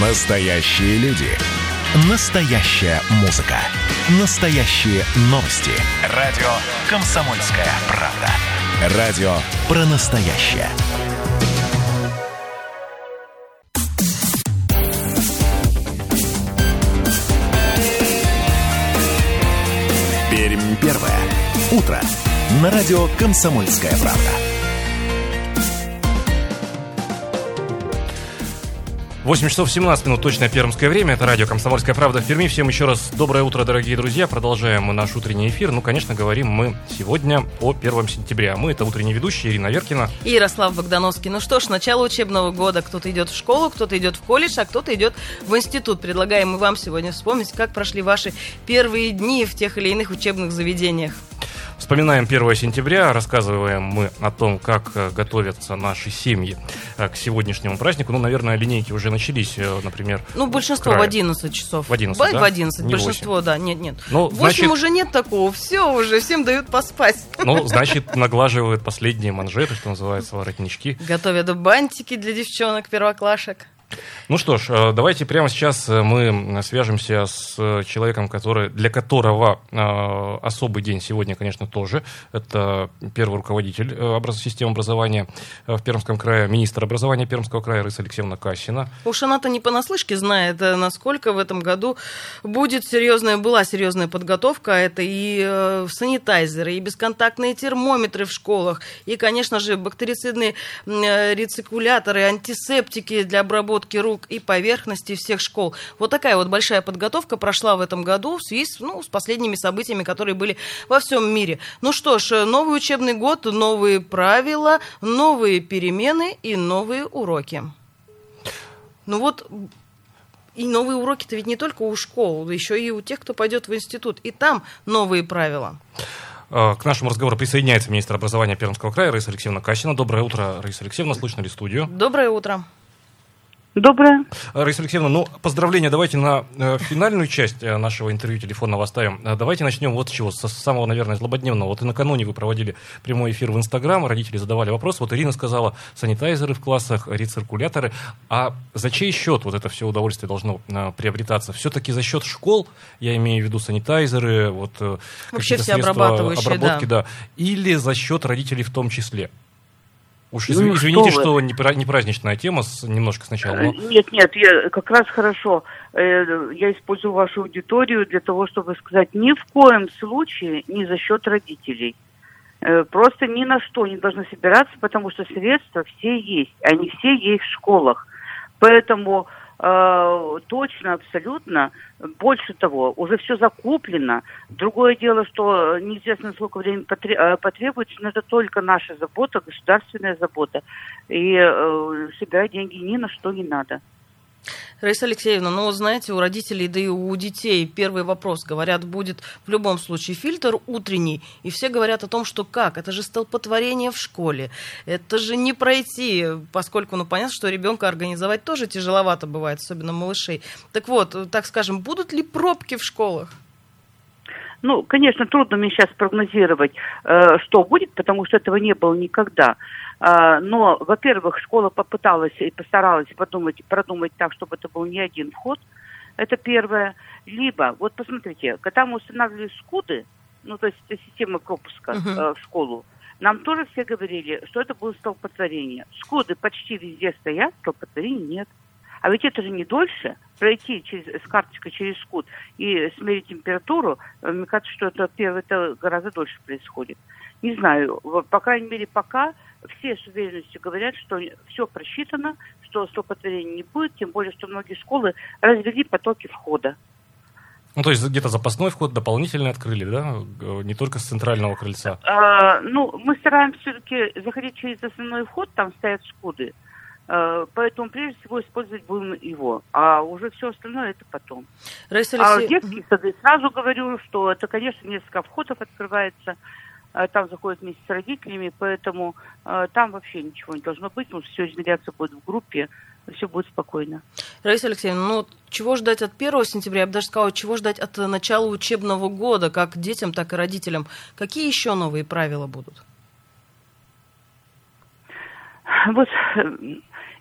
Настоящие люди. Настоящая музыка. Настоящие новости. Радио «Комсомольская правда». Радио про настоящее. Пермь первое. Утро. На радио «Комсомольская правда». 8 часов 17 минут, точное пермское время. Это радио «Комсомольская правда» в Перми. Всем еще раз доброе утро, дорогие друзья. Продолжаем мы наш утренний эфир. Ну, конечно, говорим мы сегодня о 1 сентября. Мы — это утренние ведущие Ирина Веркина и Ярослав Богдановский. Ну что ж, начало учебного года. Кто-то идет в школу, кто-то идет в колледж, а кто-то идет в институт. Предлагаем мы вам сегодня вспомнить, как прошли ваши первые дни в тех или иных учебных заведениях. Вспоминаем 1 сентября, рассказываем мы о том, как готовятся наши семьи к сегодняшнему празднику. Ну, наверное, линейки уже начались, например. Ну, большинство в 11 часов. В 11, да? В 11, не большинство, 8. Да, нет. Ну, 8 значит, уже нет такого, все уже, всем дают поспать. Ну, значит, наглаживают последние манжеты, что называется, воротнички. Готовят бантики для девчонок, первоклашек. Ну что ж, давайте прямо сейчас мы свяжемся с человеком, для которого особый день сегодня, конечно, тоже. Это первый руководитель системы образования в Пермском крае, министр образования Пермского края Раиса Алексеевна Кассина. Уж она-то не понаслышке знает, насколько в этом году была серьезная подготовка. Это и санитайзеры, и бесконтактные термометры в школах, и, конечно же, бактерицидные рециркуляторы, антисептики для обработки рук и поверхностей всех школ. Вот такая вот большая подготовка прошла в этом году в связи с последними событиями, которые были во всем мире. Ну что ж, новый учебный год, новые правила, новые перемены и новые уроки. Ну вот, и новые уроки-то ведь не только у школ, еще и у тех, кто пойдет в институт. И там новые правила. К нашему разговору присоединяется министр образования Пермского края Раиса Алексеевна Кассина. Доброе утро, Раиса Алексеевна. Слышно ли студию? Доброе утро. Доброе. Раиса Алексеевна, поздравления давайте на финальную часть нашего интервью телефонного оставим. Давайте начнем вот с чего, с самого, наверное, злободневного. Вот и накануне вы проводили прямой эфир в Инстаграм, родители задавали вопрос. Вот Ирина сказала, санитайзеры в классах, рециркуляторы. А за чей счет вот это все удовольствие должно приобретаться? Все-таки за счет школ, я имею в виду санитайзеры, вообще какие-то все средства обработки, да. Или за счет родителей в том числе? Уж извините, что не праздничная тема, немножко сначала. Но... Нет, как раз хорошо. Я использую вашу аудиторию для того, чтобы сказать, ни в коем случае не за счет родителей. Просто ни на что не должны собираться, потому что средства все есть. Они все есть в школах. Поэтому точно, абсолютно. Больше того, уже все закуплено. Другое дело, что неизвестно, сколько времени потребуется, но это только наша забота, государственная забота. И собирать деньги ни на что не надо. Раиса Алексеевна, знаете, у родителей, да и у детей первый вопрос, говорят, будет в любом случае фильтр утренний, и все говорят о том, что это же столпотворение в школе, это же не пройти, поскольку, понятно, что ребенка организовать тоже тяжеловато бывает, особенно малышей. Так вот, так скажем, будут ли пробки в школах? Конечно, трудно мне сейчас прогнозировать, что будет, потому что этого не было никогда. Но, во-первых, школа попыталась и постаралась продумать так, чтобы это был не один вход. Это первое. Либо, вот посмотрите, когда мы устанавливали СКУДы, то есть система пропуска в школу, нам тоже все говорили, что это будет столпотворение. СКУДы почти везде стоят, столпотворений нет. А ведь это же не дольше. Пройти с карточкой через СКУД и смерить температуру, мне кажется, что это гораздо дольше происходит. Не знаю, по крайней мере, пока все с уверенностью говорят, что все просчитано, что столпотворений не будет, тем более, что многие школы развели потоки входа. То есть где-то запасной вход дополнительно открыли, да? Не только с центрального крыльца. Мы стараемся все-таки заходить через основной вход, там стоят СКУДы. Поэтому прежде всего использовать будем его, а уже все остальное это потом. Детские сады, сразу говорю, что это, конечно, несколько входов открывается, там заходят вместе с родителями, поэтому там вообще ничего не должно быть, потому что все измеряться будет в группе, все будет спокойно. Раиса Алексеевна, чего ждать от 1 сентября, я бы даже сказала, чего ждать от начала учебного года, как детям, так и родителям? Какие еще новые правила будут?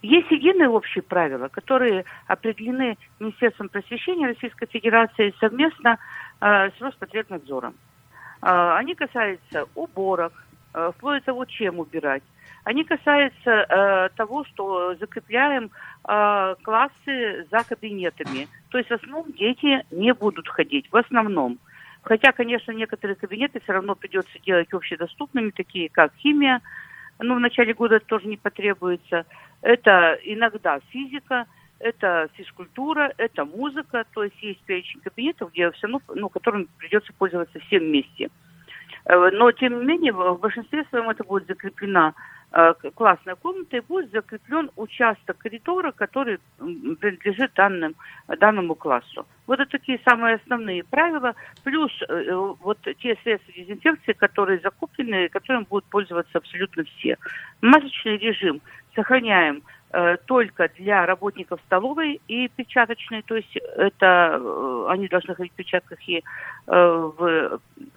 Есть единые общие правила, которые определены Министерством просвещения Российской Федерации совместно с Роспотребнадзором. Они касаются уборок, вплоть до того, чем убирать. Они касаются того, что закрепляем классы за кабинетами. То есть в основном дети не будут ходить, в основном. Хотя, конечно, некоторые кабинеты все равно придется делать общедоступными, такие как химия. В начале года это тоже не потребуется. Это иногда физика, это физкультура, это музыка. То есть есть перечень кабинетов, где все равно, которым придется пользоваться всем вместе. Но, тем не менее, в большинстве своем это будет закреплена классная комната и будет закреплен участок коридора, который принадлежит данному классу. Вот это такие самые основные правила, плюс вот те средства дезинфекции, которые закуплены, которым будут пользоваться абсолютно все. Масочный режим сохраняем только для работников столовой и перчаточной, то есть это они должны ходить в перчатках и в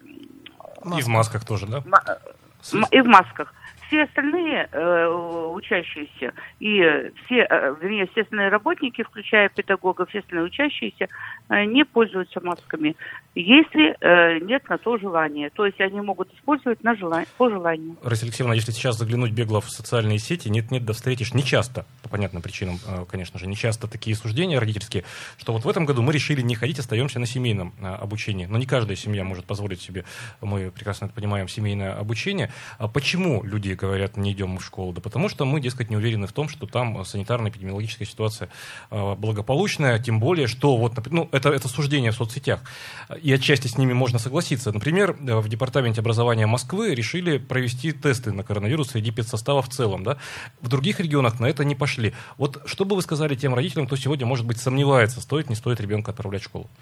масках тоже, да? И в масках. Все остальные учащиеся и все остальные работники, включая педагогов, все остальные учащиеся, не пользуются масками, если нет на то желания. То есть они могут использовать по желанию. Раиса Алексеевна, если сейчас заглянуть бегло в социальные сети, нет-нет, да встретишь нечасто, по понятным причинам, конечно же, нечасто такие суждения родительские, что вот в этом году мы решили не ходить, остаемся на семейном обучении. Но не каждая семья может позволить себе, мы прекрасно это понимаем, семейное обучение. Почему люди говорят, не идем в школу? Да потому что мы, дескать, не уверены в том, что там санитарно-эпидемиологическая ситуация благополучная, тем более, что вот, это суждение в соцсетях, и отчасти с ними можно согласиться. Например, в Департаменте образования Москвы решили провести тесты на коронавирус среди педсостава в целом, да? В других регионах на это не пошли. Вот что бы вы сказали тем родителям, кто сегодня, может быть, сомневается, стоит, не стоит ребенка отправлять в школу?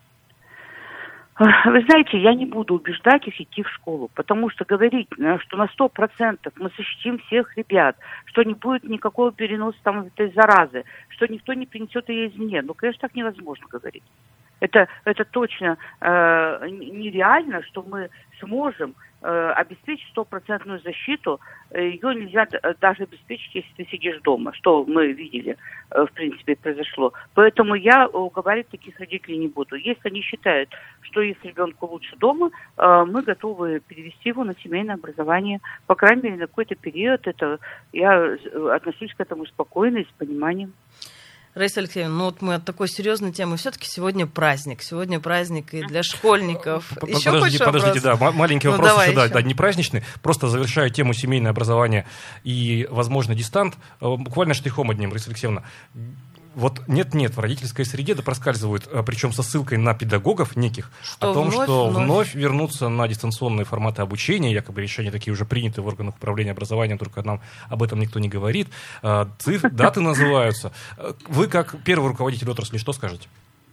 Вы знаете, я не буду убеждать их идти в школу, потому что говорить, что на 100% мы защитим всех ребят, что не будет никакого переноса там этой заразы, что никто не принесет ее извне, конечно, так невозможно говорить. Это точно нереально, что мы сможем обеспечить 100% защиту. Ее нельзя даже обеспечить, если ты сидишь дома, что мы видели, в принципе, произошло. Поэтому я уговаривать таких родителей не буду. Если они считают, что их ребенку лучше дома, мы готовы перевести его на семейное образование. По крайней мере, на какой-то период. Я отношусь к этому спокойно и с пониманием. Раиса Алексеевна, мы от такой серьезной темы. Все-таки сегодня праздник. Сегодня праздник и для школьников. Подождите, да, маленький вопрос еще, да, не праздничный. Просто завершая тему семейное образование и, возможно, дистант, буквально штрихом одним, Раиса Алексеевна. Вот нет-нет, в родительской среде проскальзывают, причем со ссылкой на педагогов неких, о том, что вновь вернутся на дистанционные форматы обучения, якобы решения такие уже приняты в органах управления образованием, только нам об этом никто не говорит, даты называются. Вы, как первый руководитель отрасли, что скажете?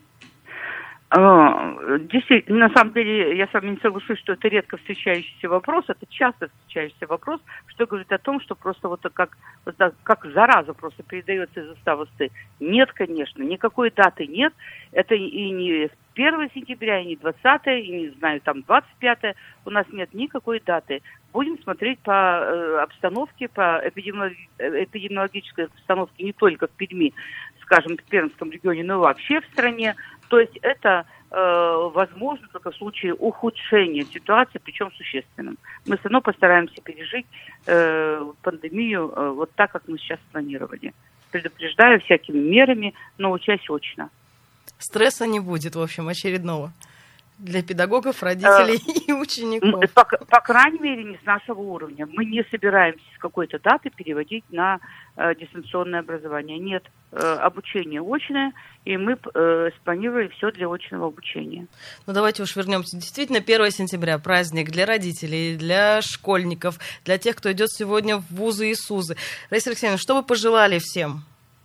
Действительно, на самом деле, я с вами не соглашусь, что это редко встречающийся вопрос, это часто встречающийся вопрос, что говорит о том, что просто как зараза просто передается из уста в уста. Нет, конечно, никакой даты нет, это и не 1 сентября, и не 20, и не знаю, там 25, у нас нет никакой даты. Будем смотреть по обстановке, по эпидемиологической обстановке не только в Перми, скажем, в Пермском регионе, но и вообще в стране. То есть это возможно только в случае ухудшения ситуации, причем существенным. Мы все равно постараемся пережить пандемию вот так, как мы сейчас планировали. Предупреждаю всякими мерами, но учась очно. Стресса не будет, в общем, очередного. Для педагогов, родителей и учеников. По крайней мере, не с нашего уровня. Мы не собираемся с какой-то даты переводить на дистанционное образование. Нет, обучение очное, и мы спланировали все для очного обучения. Давайте уж вернемся. Действительно, 1 сентября праздник для родителей, для школьников, для тех, кто идет сегодня в вузы и СУЗы. Раиса Алексеевна, что вы пожелали всем?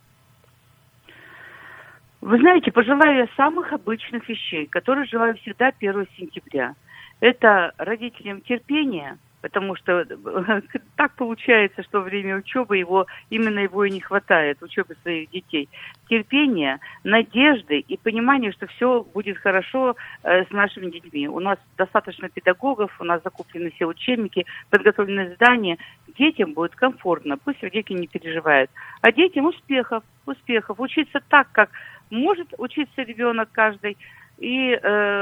Вы знаете, пожелаю я самых обычных вещей, которые желаю всегда 1 сентября. Это родителям терпения, потому что так получается, что во время учебы именно его и не хватает, учебы своих детей. Терпения, надежды и понимания, что все будет хорошо с нашими детьми. У нас достаточно педагогов, у нас закуплены все учебники, подготовлены здания. Детям будет комфортно, пусть родители не переживают. А детям успехов, учиться так, как может учиться ребенок каждый. И,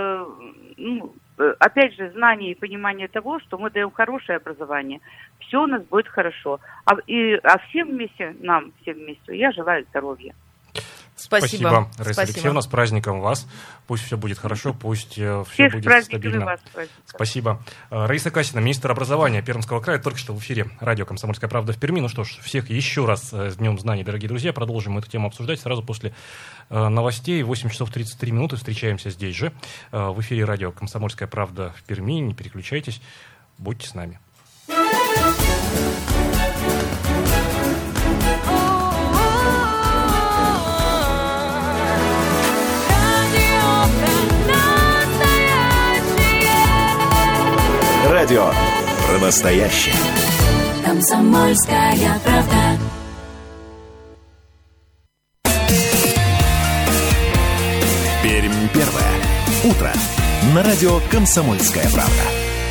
опять же, знание и понимание того, что мы даем хорошее образование. Все у нас будет хорошо. А всем вместе, я желаю здоровья. Спасибо, Раиса Алексеевна, с праздником вас. Пусть все будет хорошо, пусть все будет стабильно. Вас, спасибо. Раиса Касина, министр образования Пермского края, только что в эфире радио «Комсомольская правда» в Перми. Ну что ж, всех еще раз с Днем знаний, дорогие друзья. Продолжим эту тему обсуждать сразу после новостей. 8 часов 33 минуты. Встречаемся здесь же, в эфире радио «Комсомольская правда» в Перми. Не переключайтесь, будьте с нами. Радио про настоящее. Комсомольская правда. Пермь первое. Утро. На радио «Комсомольская правда».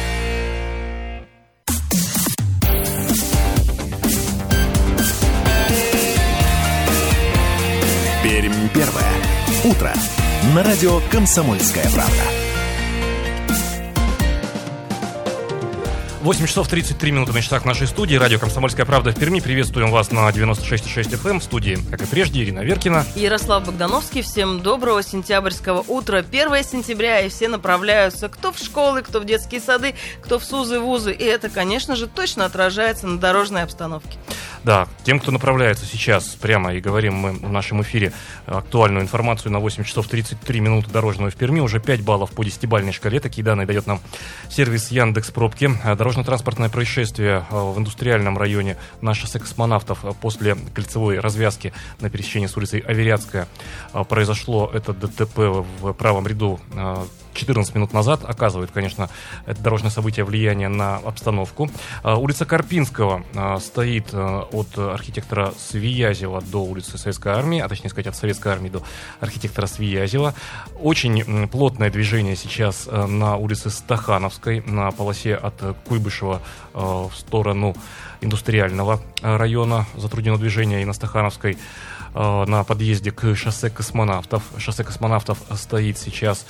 Пермь первое. Утро. На радио «Комсомольская правда». 8 часов 33 минуты на часах в нашей студии. Радио «Комсомольская правда» в Перми. Приветствуем вас на 96,6 FM. В студии, как и прежде, Ирина Веркина. Ярослав Богдановский. Всем доброго сентябрьского утра. 1 сентября, и все направляются кто в школы, кто в детские сады, кто в СУЗы, вузы. И это, конечно же, точно отражается на дорожной обстановке. Да, тем, кто направляется сейчас, прямо и говорим мы в нашем эфире актуальную информацию на 8 часов 33 минуты дорожного в Перми. Уже 5 баллов по 10-бальной шкале. Такие данные дает нам сервис Яндекс.Пробки. Дорожно-транспортное происшествие в индустриальном районе на шоссе Космонавтов после кольцевой развязки на пересечении с улицей Аверятская произошло это ДТП в правом ряду 14 минут назад. Оказывает, конечно, это дорожное событие влияние на обстановку. Улица Карпинского стоит от архитектора Свиязева до улицы Советской Армии, а точнее сказать, от Советской Армии до архитектора Свиязева. Очень плотное движение сейчас на улице Стахановской, на полосе от Куйбышева в сторону индустриального района. Затруднено движение и на Стахановской на подъезде к шоссе Космонавтов. Шоссе Космонавтов стоит сейчас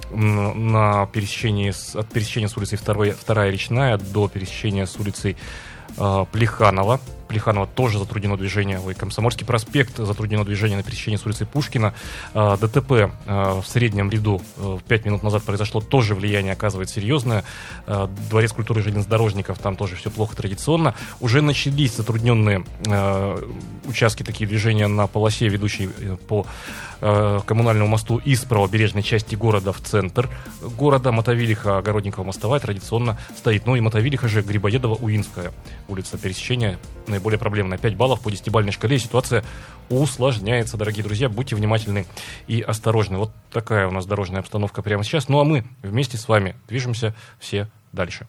на пересечении от пересечения с улицей 2-я Речная до пересечения с улицей Плеханова. Плеханова тоже затруднено движение. Комсомольский проспект затруднено движение на пересечении с улицей Пушкина. ДТП в среднем ряду 5 минут назад произошло. Тоже влияние оказывает серьезное. Дворец культуры железнодорожников, там тоже все плохо традиционно. Уже начались затрудненные участки, такие движения на полосе, ведущей по коммунальному мосту из правобережной части города в центр города. Мотовилиха, Огородникова, Мостовая традиционно стоит. Ну и Мотовилиха же, Грибоедова, Уинская улица пересечения наиболее проблемная. 5 баллов по 10-бальной шкале. Ситуация усложняется, дорогие друзья. Будьте внимательны и осторожны. Вот такая у нас дорожная обстановка прямо сейчас. Ну а мы вместе с вами движемся все дальше.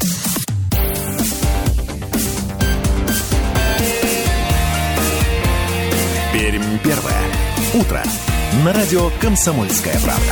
Пермь первое. Утро. На радио «Комсомольская правда».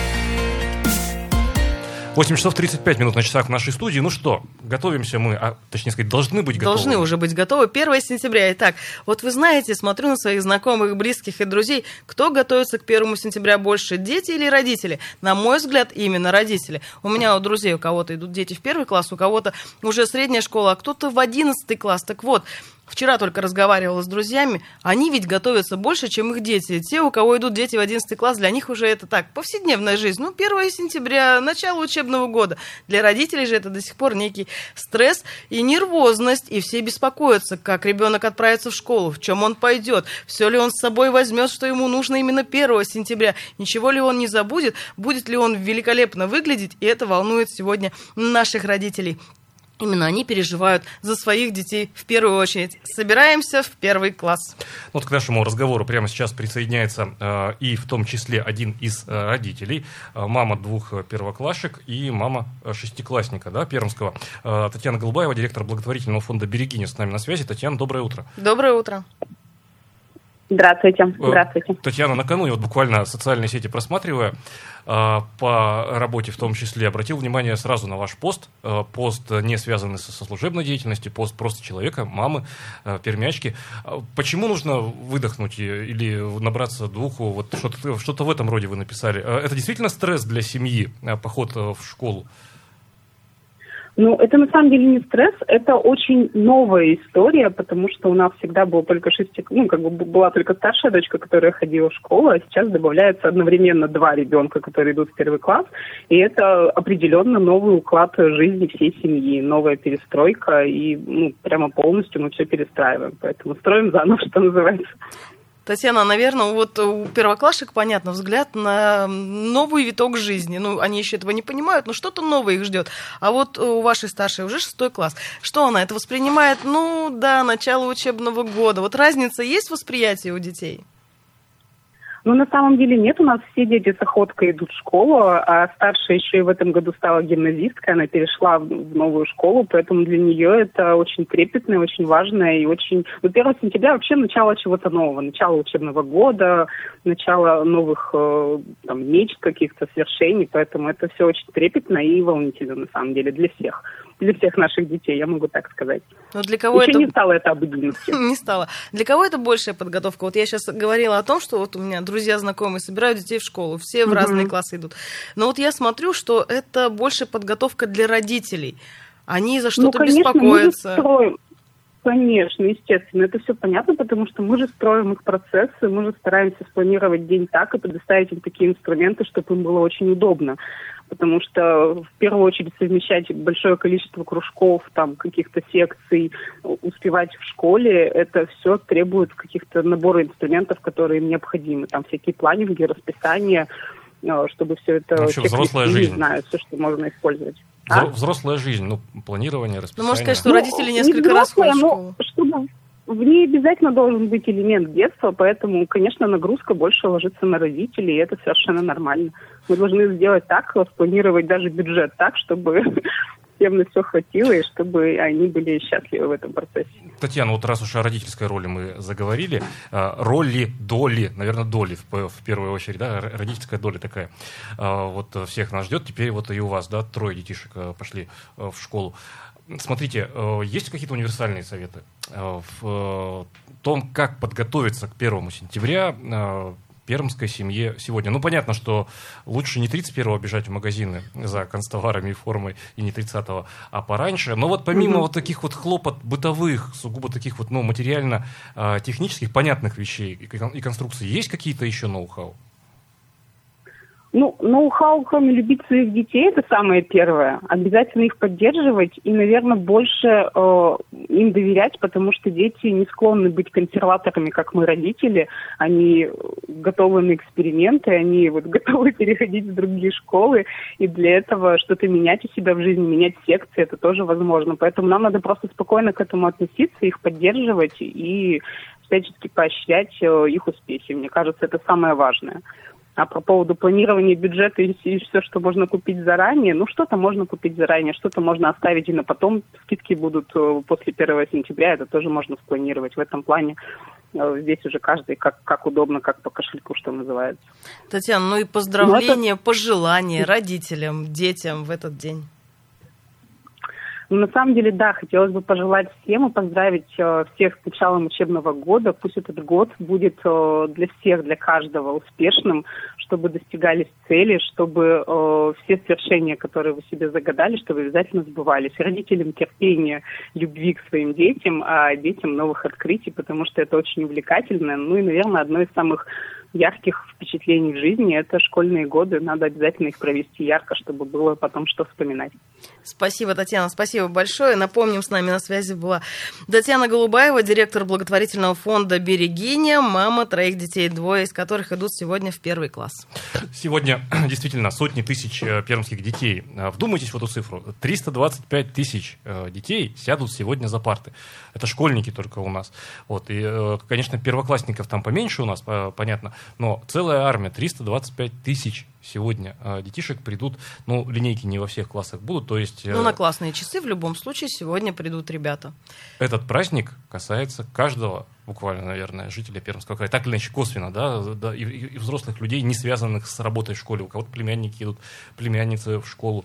8 часов 35 минут на часах в нашей студии. Ну что, готовимся мы, точнее сказать, должны быть готовы. Должны уже быть готовы. 1 сентября. Итак, вот вы знаете, смотрю на своих знакомых, близких и друзей, кто готовится к 1 сентября больше, дети или родители? На мой взгляд, именно родители. У меня у друзей, у кого-то идут дети в 1 класс, у кого-то уже средняя школа, а кто-то в 11 класс. Так вот, вчера только разговаривала с друзьями, они ведь готовятся больше, чем их дети. Те, у кого идут дети в 11 класс, для них уже это так, повседневная жизнь. 1 сентября, начало учебного года. Для родителей же это до сих пор некий стресс и нервозность, и все беспокоятся, как ребенок отправится в школу, в чем он пойдет, все ли он с собой возьмет, что ему нужно именно 1 сентября, ничего ли он не забудет, будет ли он великолепно выглядеть, и это волнует сегодня наших родителей. Именно они переживают за своих детей в первую очередь. Собираемся в 1 класс. Вот к нашему разговору прямо сейчас присоединяется и в том числе один из родителей, мама 2 первоклашек и мама 6-классника, да, пермского. Татьяна Голубаева, директор благотворительного фонда «Берегиня», с нами на связи. Татьяна, доброе утро. Доброе утро. Здравствуйте. Здравствуйте. Татьяна, накануне, вот буквально социальные сети просматривая, по работе в том числе, обратил внимание сразу на ваш пост. Пост, не связанный со служебной деятельностью, пост просто человека, мамы, пермячки. Почему нужно выдохнуть или набраться духу? Вот что-то в этом роде вы написали. Это действительно стресс для семьи, поход в школу? Ну, это на самом деле не стресс, это очень новая история, потому что у нас всегда было только была только старшая дочка, которая ходила в школу, а сейчас добавляется одновременно 2 ребенка, которые идут в 1 класс, и это определенно новый уклад жизни всей семьи, новая перестройка, и прямо полностью мы все перестраиваем, поэтому строим заново, что называется. Татьяна, наверное, вот у первоклашек, понятно, взгляд на новый виток жизни. Они еще этого не понимают, но что-то новое их ждет. А вот у вашей старшей уже 6 класс. Что она это воспринимает? Начало учебного года. Вот разница есть в восприятии у детей? На самом деле нет, у нас все дети с охоткой идут в школу, а старшая еще и в этом году стала гимназисткой, она перешла в новую школу, поэтому для нее это очень трепетно, очень важно и очень... 1 сентября вообще начало чего-то нового, начало учебного года, начало новых мечт, каких-то свершений, поэтому это все очень трепетно и волнительно на самом деле для всех. Для всех наших детей, я могу так сказать. Но для кого еще это... не стало это обыденностью. Не стало. Для кого это большая подготовка? Вот я сейчас говорила о том, что вот у меня друзья, знакомые собирают детей в школу, все в разные классы идут. Но вот я смотрю, что это больше подготовка для родителей. Они за что-то беспокоятся. Конечно, естественно, это все понятно, потому что мы же строим их процессы, мы же стараемся спланировать день так и предоставить им такие инструменты, чтобы им было очень удобно. Потому что в первую очередь совмещать большое количество кружков, каких-то секций, успевать в школе, это все требует каких-то набора инструментов, которые им необходимы. Там всякие планинги, расписания, чтобы все это... Вообще взрослая жизнь. Не знаю, все, что можно использовать. Взрослая жизнь, планирование, расписание. Можно сказать, что родители несколько раз ходят в школу. Чтобы в ней обязательно должен быть элемент детства, поэтому, конечно, нагрузка больше ложится на родителей, и это совершенно нормально. Мы должны сделать так, спланировать даже бюджет так, чтобы всем на все хватило, и чтобы они были счастливы в этом процессе. Татьяна, вот раз уж о родительской роли мы заговорили, доли, наверное, доли в первую очередь, да, родительская доля такая. Вот всех нас ждет, теперь вот и у вас, да, 3 детишек пошли в школу. Смотрите, есть какие-то универсальные советы в том, как подготовиться к 1 сентября пермской семье сегодня? Понятно, что лучше не 31-го бежать в магазины за канцтоварами и формой, и не 30-го, а пораньше. Но вот помимо вот таких вот хлопот бытовых, сугубо таких вот, материально-технических, понятных вещей и конструкций, есть какие-то еще ноу-хау? Ноу-хау, кроме любить своих детей, это самое первое. Обязательно их поддерживать и, наверное, больше им доверять, потому что дети не склонны быть консерваторами, как мы, родители. Они готовы на эксперименты, они готовы переходить в другие школы, и для этого что-то менять у себя в жизни, менять секции, это тоже возможно. Поэтому нам надо просто спокойно к этому относиться, их поддерживать и всячески поощрять их успехи. Мне кажется, это самое важное. А по поводу планирования бюджета и все, что можно купить заранее, что-то можно купить заранее, что-то можно оставить и на потом. Скидки будут после 1 сентября, это тоже можно спланировать. В этом плане здесь уже каждый как удобно, как по кошельку, что называется. Татьяна, и поздравления, пожелания родителям, детям в этот день. На самом деле, да, хотелось бы пожелать всем и поздравить всех с началом учебного года. Пусть этот год будет для всех, для каждого успешным, чтобы достигались цели, чтобы все свершения, которые вы себе загадали, чтобы обязательно сбывались. Родителям терпения, любви к своим детям, а детям новых открытий, потому что это очень увлекательно. И, наверное, одно из самых ярких впечатлений в жизни – это школьные годы. Надо обязательно их провести ярко, чтобы было потом что вспоминать. Спасибо, Татьяна, спасибо большое. Напомним, с нами на связи была Татьяна Голубаева, директор благотворительного фонда «Берегиня», мама 3 детей, 2 из которых идут сегодня в 1 класс. Сегодня действительно сотни тысяч пермских детей. Вдумайтесь в эту цифру. 325 тысяч детей сядут сегодня за парты. Это школьники только у нас. Вот. И, конечно, первоклассников там поменьше у нас, понятно, но целая армия, 325 тысяч сегодня детишек придут, линейки не во всех классах будут, то есть... на классные часы в любом случае сегодня придут ребята. Этот праздник касается каждого, буквально, наверное, жителя Пермского края, так или иначе косвенно, да, и взрослых людей, не связанных с работой в школе. У кого-то племянники идут, племянницы в школу,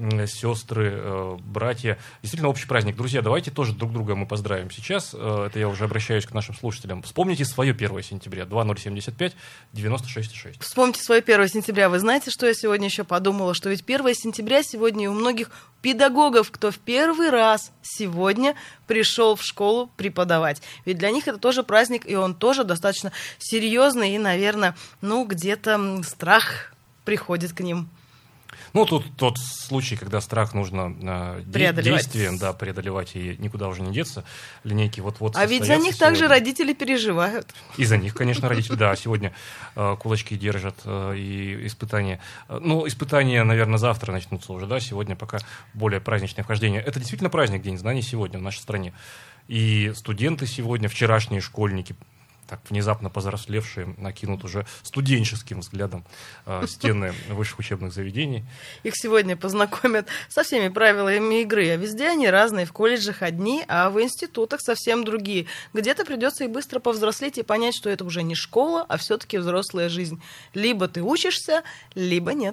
сестры, братья. Действительно общий праздник. Друзья, давайте тоже друг друга мы поздравим сейчас. Это я уже обращаюсь к нашим слушателям. Вспомните свое 1 сентября, 2075 96,6. Вспомните свое 1 сентября. Вы знаете, что я сегодня еще подумала? Что ведь 1 сентября сегодня у многих педагогов, кто в первый раз сегодня пришел в школу преподавать. Ведь для них это тоже праздник, и он тоже достаточно серьезный, и, наверное, где-то страх приходит к ним. Тут тот случай, когда страх нужно действием преодолевать, и никуда уже не деться. Линейки вот-вот А ведь за них сегодня. Также родители переживают. И за них, конечно, родители, да, сегодня кулачки держат, и испытания. Испытания, наверное, завтра начнутся уже, да, сегодня пока более праздничное вхождение. Это действительно праздник, День знаний сегодня в нашей стране. И студенты сегодня, вчерашние школьники, так внезапно повзрослевшие, накинут уже студенческим взглядом стены высших учебных заведений. Их сегодня познакомят со всеми правилами игры, а везде они разные, в колледжах одни, а в институтах совсем другие. Где-то придется и быстро повзрослеть и понять, что это уже не школа, а все-таки взрослая жизнь. Либо ты учишься, либо нет.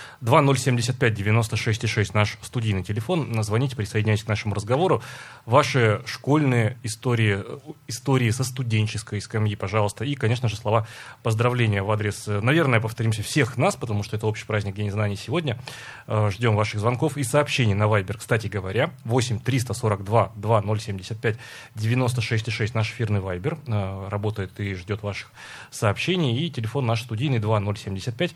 2075-96,6 наш студийный телефон. Звоните, присоединяйтесь к нашему разговору. Ваши школьные истории со студенческой скамьи, пожалуйста. И, конечно же, слова поздравления в адрес, наверное, повторимся, всех нас, потому что это общий праздник День знаний сегодня. Ждем ваших звонков и сообщений на Viber. Кстати говоря, 8-342-2075-96,6 наш эфирный Viber работает и ждет ваших сообщений. И телефон наш студийный 2075-96,6.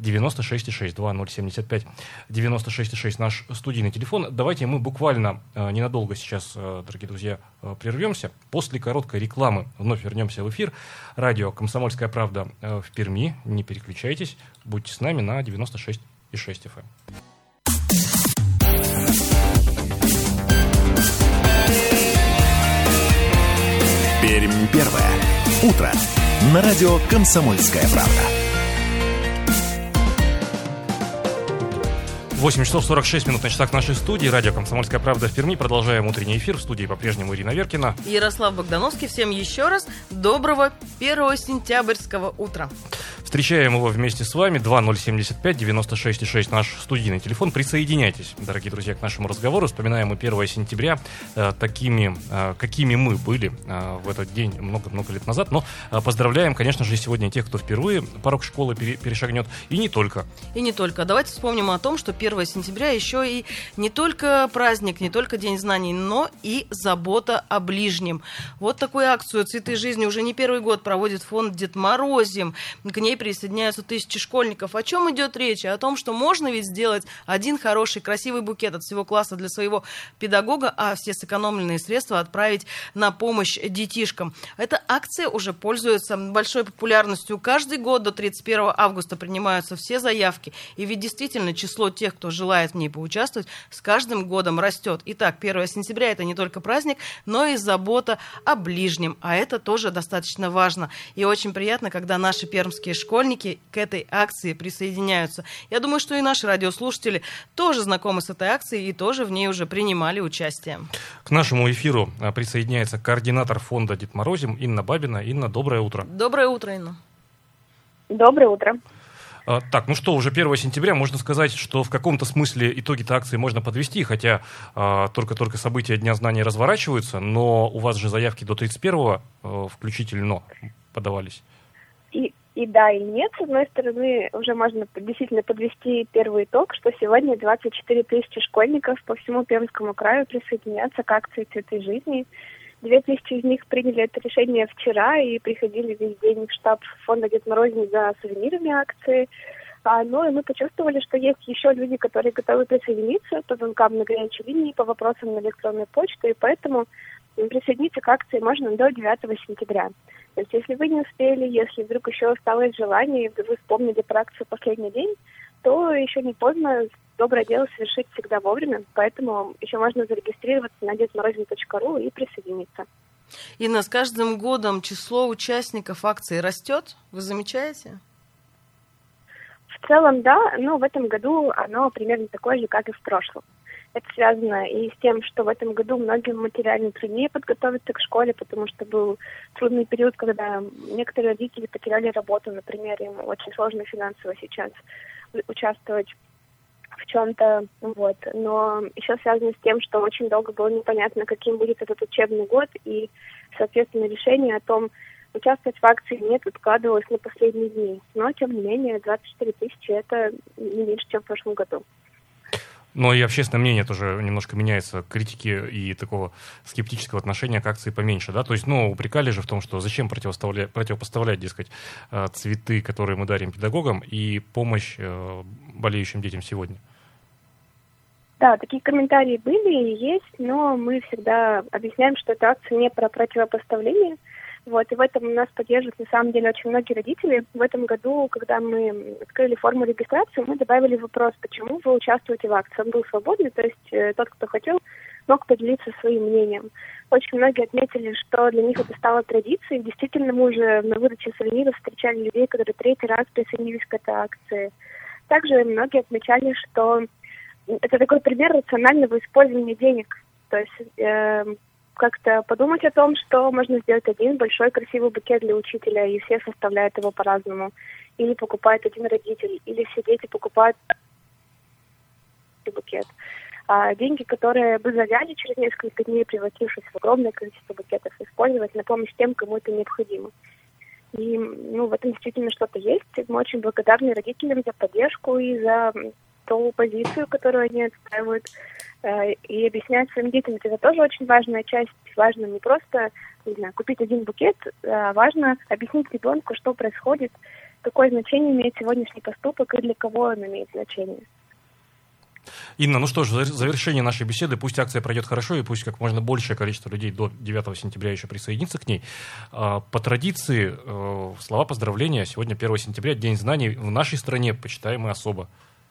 2075-96,6 наш студийный телефон. Давайте мы буквально ненадолго сейчас, дорогие друзья, прервемся. После короткой рекламы вновь вернемся в эфир. Радио «Комсомольская правда» в Перми. Не переключайтесь. Будьте с нами на 96,6 FM. Пермь первое. Утро. На радио «Комсомольская правда». 8 часов 46 минут на часах нашей студии. Радио «Комсомольская правда» в Перми. Продолжаем утренний эфир. В студии по-прежнему Ирина Веркина. Ярослав Богдановский. Всем еще раз доброго 1 сентябрьского утра. Встречаем его вместе с вами. 2075-96,6 наш студийный телефон. Присоединяйтесь, дорогие друзья, к нашему разговору. Вспоминаем мы 1 сентября такими, какими мы были в этот день много-много лет назад. Но поздравляем, конечно же, сегодня тех, кто впервые порог школы перешагнет. И не только. И не только. Давайте вспомним о том, что 1 сентября еще и не только праздник, не только День знаний, но и забота о ближнем. Вот такую акцию «Цветы жизни» уже не первый год проводит фонд «Дед Морозим». К ней присоединяются тысячи школьников. О чем идет речь? О том, что можно ведь сделать один хороший, красивый букет от всего класса для своего педагога, а все сэкономленные средства отправить на помощь детишкам. Эта акция уже пользуется большой популярностью. Каждый год до 31 августа принимаются все заявки. И ведь действительно число тех, кто желает в ней поучаствовать, с каждым годом растет. Итак, 1 сентября это не только праздник, но и забота о ближнем. А это тоже достаточно важно. И очень приятно, когда наши пермские школьники к этой акции присоединяются. Я думаю, что и наши радиослушатели тоже знакомы с этой акцией и тоже в ней уже принимали участие. К нашему эфиру присоединяется координатор фонда «Дед Морозим» Инна Бабина. Инна, доброе утро. Доброе утро, Инна. Доброе утро. Так, ну что, уже 1 сентября, можно сказать, что в каком-то смысле итоги-то акции можно подвести, хотя только-только события Дня знаний разворачиваются, но у вас же заявки до 31-го включительно подавались. И да, и нет. С одной стороны, уже можно действительно подвести первый итог, что сегодня 24 тысячи школьников по всему Пермскому краю присоединятся к акции «Цветы жизни». 2000 из них приняли это решение вчера и приходили весь день в штаб фонда «Дед Морозим» за сувенирами акции. Ну и мы почувствовали, что есть еще люди, которые готовы присоединиться по звонкам на горячей линии, по вопросам на электронную почту, и поэтому присоединиться к акции можно до 9 сентября. То есть если вы не успели, если вдруг еще осталось желание, и вы вспомнили про акцию в последний день, то еще не поздно доброе дело совершить всегда вовремя, поэтому еще можно зарегистрироваться на dedmorozin.ru и присоединиться. Инна, с каждым годом число участников акции растет, вы замечаете? В целом, да, но в этом году оно примерно такое же, как и в прошлом. Это связано и с тем, что в этом году многим материально труднее подготовиться к школе, потому что был трудный период, когда некоторые родители потеряли работу, например, им очень сложно финансово сейчас участвовать в чем-то, вот. Но еще связано с тем, что очень долго было непонятно, каким будет этот учебный год, и, соответственно, решение о том, участвовать в акции нет, откладывалось на последние дни. Но, тем не менее, 24 тысячи – это не меньше, чем в прошлом году. Но и общественное мнение тоже немножко меняется, критики и такого скептического отношения к акции поменьше, да? То есть, упрекали же в том, что зачем противопоставлять, дескать, цветы, которые мы дарим педагогам, и помощь болеющим детям сегодня. Да, такие комментарии были и есть, но мы всегда объясняем, что эта акция не про противопоставление. Вот, и в этом нас поддерживают, на самом деле, очень многие родители. В этом году, когда мы открыли форму регистрации, мы добавили вопрос, почему вы участвуете в акции. Он был свободный, то есть тот, кто хотел, мог поделиться своим мнением. Очень многие отметили, что для них это стало традицией. Действительно, мы уже на выдаче сувениров встречали людей, которые 3-й раз присоединились к этой акции. Также многие отмечали, что это такой пример рационального использования денег. То есть как-то подумать о том, что можно сделать один большой красивый букет для учителя, и все составляют его по-разному. Или покупает один родитель, или все дети покупают букет. А деньги, которые бы завяли через несколько дней, превратившись в огромное количество букетов, использовать на помощь тем, кому это необходимо. И в этом действительно что-то есть. Мы очень благодарны родителям за поддержку и за ту позицию, которую они отстаивают. И объяснять своим детям, это тоже очень важная часть. Важно не просто, купить один букет, а важно объяснить ребенку, что происходит, какое значение имеет сегодняшний поступок и для кого он имеет значение. Инна, что ж, в завершение нашей беседы, пусть акция пройдет хорошо, и пусть как можно большее количество людей до 9 сентября еще присоединится к ней. По традиции, слова поздравления. Сегодня 1 сентября, День знаний. В нашей стране почитаем мы особо.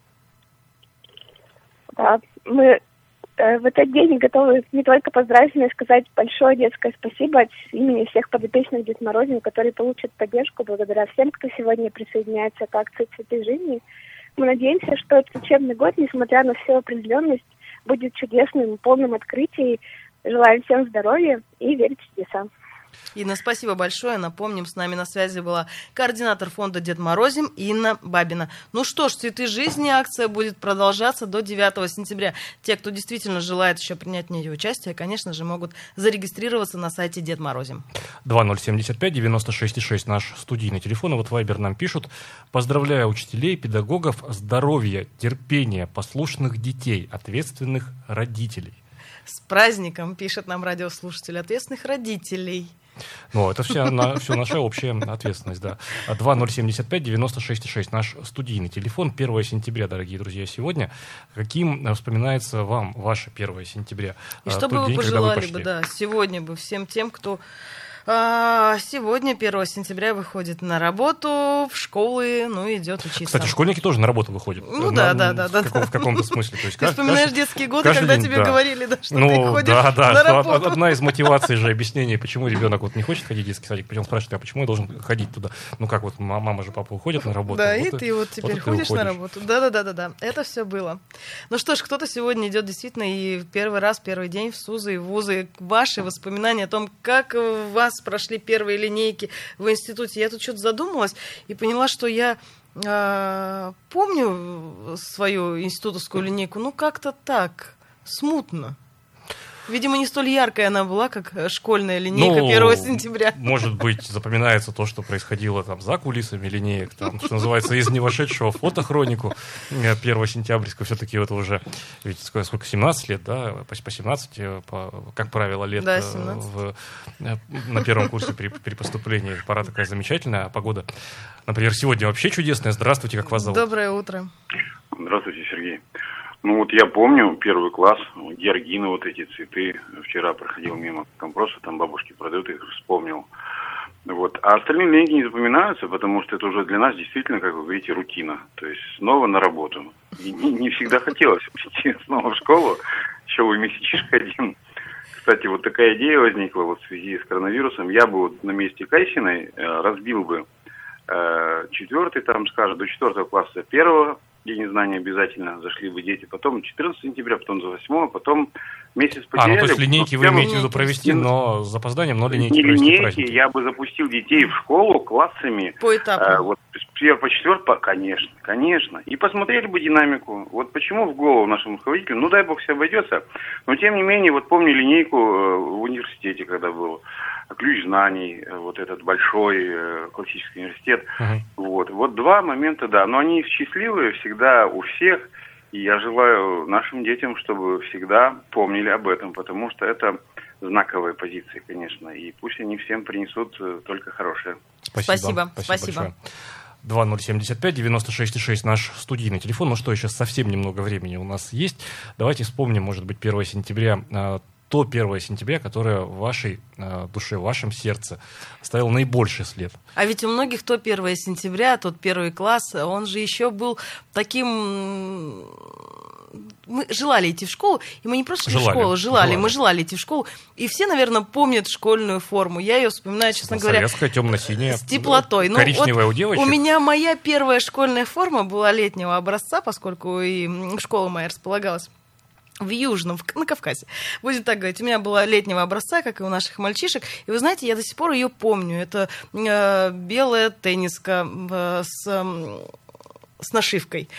Да, мы в этот день готовы не только поздравить, но и сказать большое детское спасибо от имени всех подопечных Дед Морозин, которые получат поддержку благодаря всем, кто сегодня присоединяется к акции «Цветы жизни». Мы надеемся, что этот учебный год, несмотря на всю определенность, будет чудесным, полным открытий. Желаем всем здоровья и верить в чудеса. Инна, спасибо большое. Напомним, с нами на связи была координатор фонда Дед Морозим Инна Бабина. Что ж, «Цветы жизни» акция будет продолжаться до 9 сентября. Те, кто действительно желает еще принять в ней участие, конечно же, могут зарегистрироваться на сайте Дед Морозим. 2075-96-6 наш студийный телефон. И вот Вайбер нам пишут: поздравляю учителей, педагогов, здоровья, терпения, послушных детей, ответственных родителей. С праздником, пишет нам радиослушатель, ответственных родителей. Это все наша общая ответственность, да. 2075-96-6 наш студийный телефон. 1 сентября, дорогие друзья, сегодня. Каким вспоминается вам ваше 1 сентября? И что бы вы пожелали бы, сегодня бы всем тем, кто сегодня, 1 сентября, выходит на работу, в школы, идет учиться. Кстати, школьники тоже на работу выходят. Да. В каком-то смысле. То есть, ты вспоминаешь детские годы, когда тебе говорили, что ты ходишь на работу. Одна из мотиваций же объяснений, почему ребенок не хочет ходить в детский садик, причем спрашивает, а почему я должен ходить туда? мама же, папа уходят на работу. Да, и ты теперь ходишь на работу. Да, это все было. Что ж, кто-то сегодня идет действительно и первый день в СУЗы и вузы. Ваши воспоминания о том, как у вас прошли первые линейки в институте. Я тут что-то задумалась и поняла, что я помню свою институтскую линейку, как-то так, смутно. Видимо, не столь яркая она была, как школьная линейка 1 сентября. Может быть, запоминается то, что происходило там за кулисами линеек, там, что называется, из не вошедшего в фотохронику 1 сентябрьского. Все-таки это уже, ведь сколько, 17 лет, да? По 17, как правило, лет да, на первом курсе при поступлении. Пора такая замечательная, а погода, например, сегодня вообще чудесная. Здравствуйте, как вас зовут? Доброе утро. Здравствуйте, Сергей. Ну вот я помню первый класс, георгины, вот эти цветы. Вчера проходил мимо, там просто там бабушки продают, их вспомнил. Вот. А остальные линейки не запоминаются, потому что это уже для нас действительно, как вы говорите, рутина. То есть снова на работу. И не всегда хотелось идти снова в школу, еще вы месячишка один. Кстати, вот такая идея возникла вот в связи с коронавирусом. Я бы вот на месте Кайсиной разбил бы 4-й, там, скажем, до 4 класса 1 день знания обязательно зашли бы дети, потом 14 сентября, потом за 8, потом месяц потеряли. Ну, то есть линейки вы имеете в виду провести, но с запозданием, но линейки не провести линейки, праздники. Я бы запустил детей в школу классами. Поэтапно. Вот с 1 по 4, конечно. И посмотрели бы динамику. Вот почему в голову нашему руководителю, ну дай бог все обойдется, но тем не менее, вот помню линейку в университете, когда был ключ знаний, вот этот большой классический университет. Вот 2 момента, да, но они счастливые всегда у всех, и я желаю нашим детям, чтобы всегда помнили об этом, потому что это знаковые позиции, конечно, и пусть они всем принесут только хорошее. Спасибо. 2075-96-6 наш студийный телефон. Ну что, сейчас совсем немного времени у нас есть. Давайте вспомним, может быть, 1 сентября, то 1 сентября, которое в вашей душе, в вашем сердце оставило наибольший след. А ведь у многих то 1 сентября, тот 1 класс, он же еще был таким... Мы желали идти в школу, и мы не просто шли в школу, мы желали идти в школу. И все, наверное, помнят школьную форму. Я ее вспоминаю, честно говоря, советская, темно-синяя, с теплотой. Коричневая у девочек. У меня моя первая школьная форма была летнего образца, поскольку и школа моя располагалась в Южном, на Кавказе. Будем так говорить. У меня была летнего образца, как и у наших мальчишек. И вы знаете, я до сих пор ее помню. Это белая тенниска с нашивкой.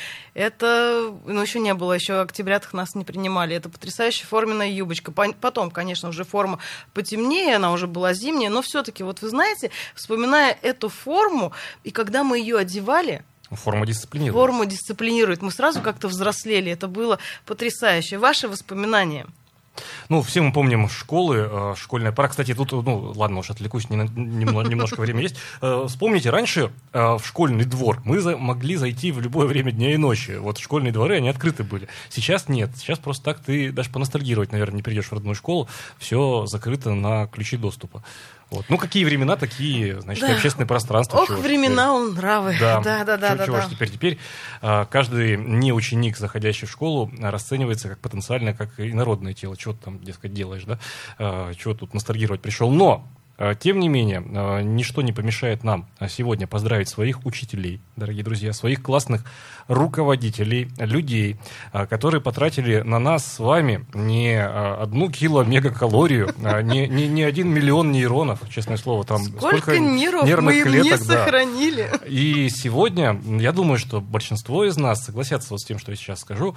Это, еще не было, еще октябрятах нас не принимали. Это потрясающая форменная юбочка. Потом, конечно, уже форма потемнее, она уже была зимняя, но все-таки, вот вы знаете, вспоминая эту форму, и когда мы ее одевали, форма дисциплинирует. Мы сразу как-то взрослели. Это было потрясающе. Ваши воспоминания? Ну, все мы помним школы, школьная пора. Кстати, тут, ладно, уж отвлекусь, немножко времени есть. Вспомните, раньше в школьный двор мы могли зайти в любое время дня и ночи. Вот школьные дворы, они открыты были. Сейчас нет. Сейчас просто так ты даже поностальгировать, наверное, не придешь в родную школу. Все закрыто на ключи доступа. Вот. Ну, какие времена, такие, значит, да. Общественное пространство. Ох, времена, он нравы. Да. Чего ж теперь каждый не ученик, заходящий в школу, расценивается как потенциально, как инородное тело. Чего ты там, дескать, делаешь, да? Чего тут ностальгировать пришел. Но, тем не менее, ничто не помешает нам сегодня поздравить своих учителей, дорогие друзья, своих классных руководителей, людей, которые потратили на нас с вами не 1 киломегакалорию, не 1 миллион нейронов, честное слово, там сколько нервных мы клеток, не сохранили. Да. И сегодня, я думаю, что большинство из нас согласятся вот с тем, что я сейчас скажу,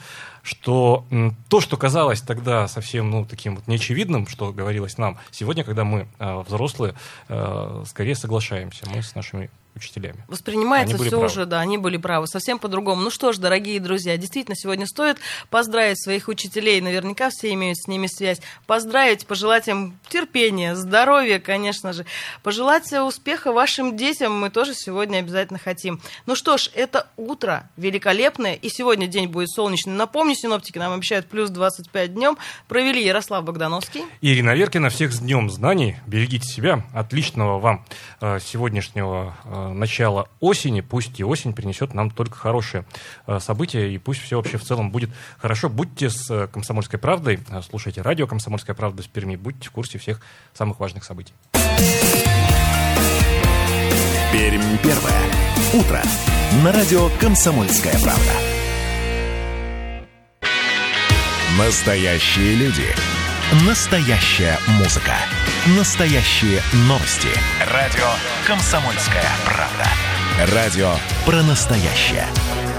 что то, что казалось тогда совсем таким вот неочевидным, что говорилось нам, сегодня, когда мы взрослые, скорее соглашаемся мы с нашими учителями. Воспринимается все уже, да, они были правы, совсем по-другому. Ну что ж, дорогие друзья, действительно, сегодня стоит поздравить своих учителей, наверняка все имеют с ними связь, поздравить, пожелать им терпения, здоровья, конечно же, пожелать успеха вашим детям мы тоже сегодня обязательно хотим. Ну что ж, это утро великолепное, и сегодня день будет солнечный. Напомню, синоптики нам обещают плюс 25 днем. Провели Ярослав Богдановский. Ирина Веркина. Всех с Днем знаний. Берегите себя. Отличного вам сегодняшнего начала осени. Пусть и осень принесет нам только хорошие события, и пусть все вообще в целом будет хорошо. Будьте с «Комсомольской правдой», слушайте радио «Комсомольская правда» с Перми, будьте в курсе всех самых важных событий. Пермь первое. Утро. На радио «Комсомольская правда». Настоящие люди. Настоящая музыка. Настоящие новости. Радио «Комсомольская правда». Радио про настоящее.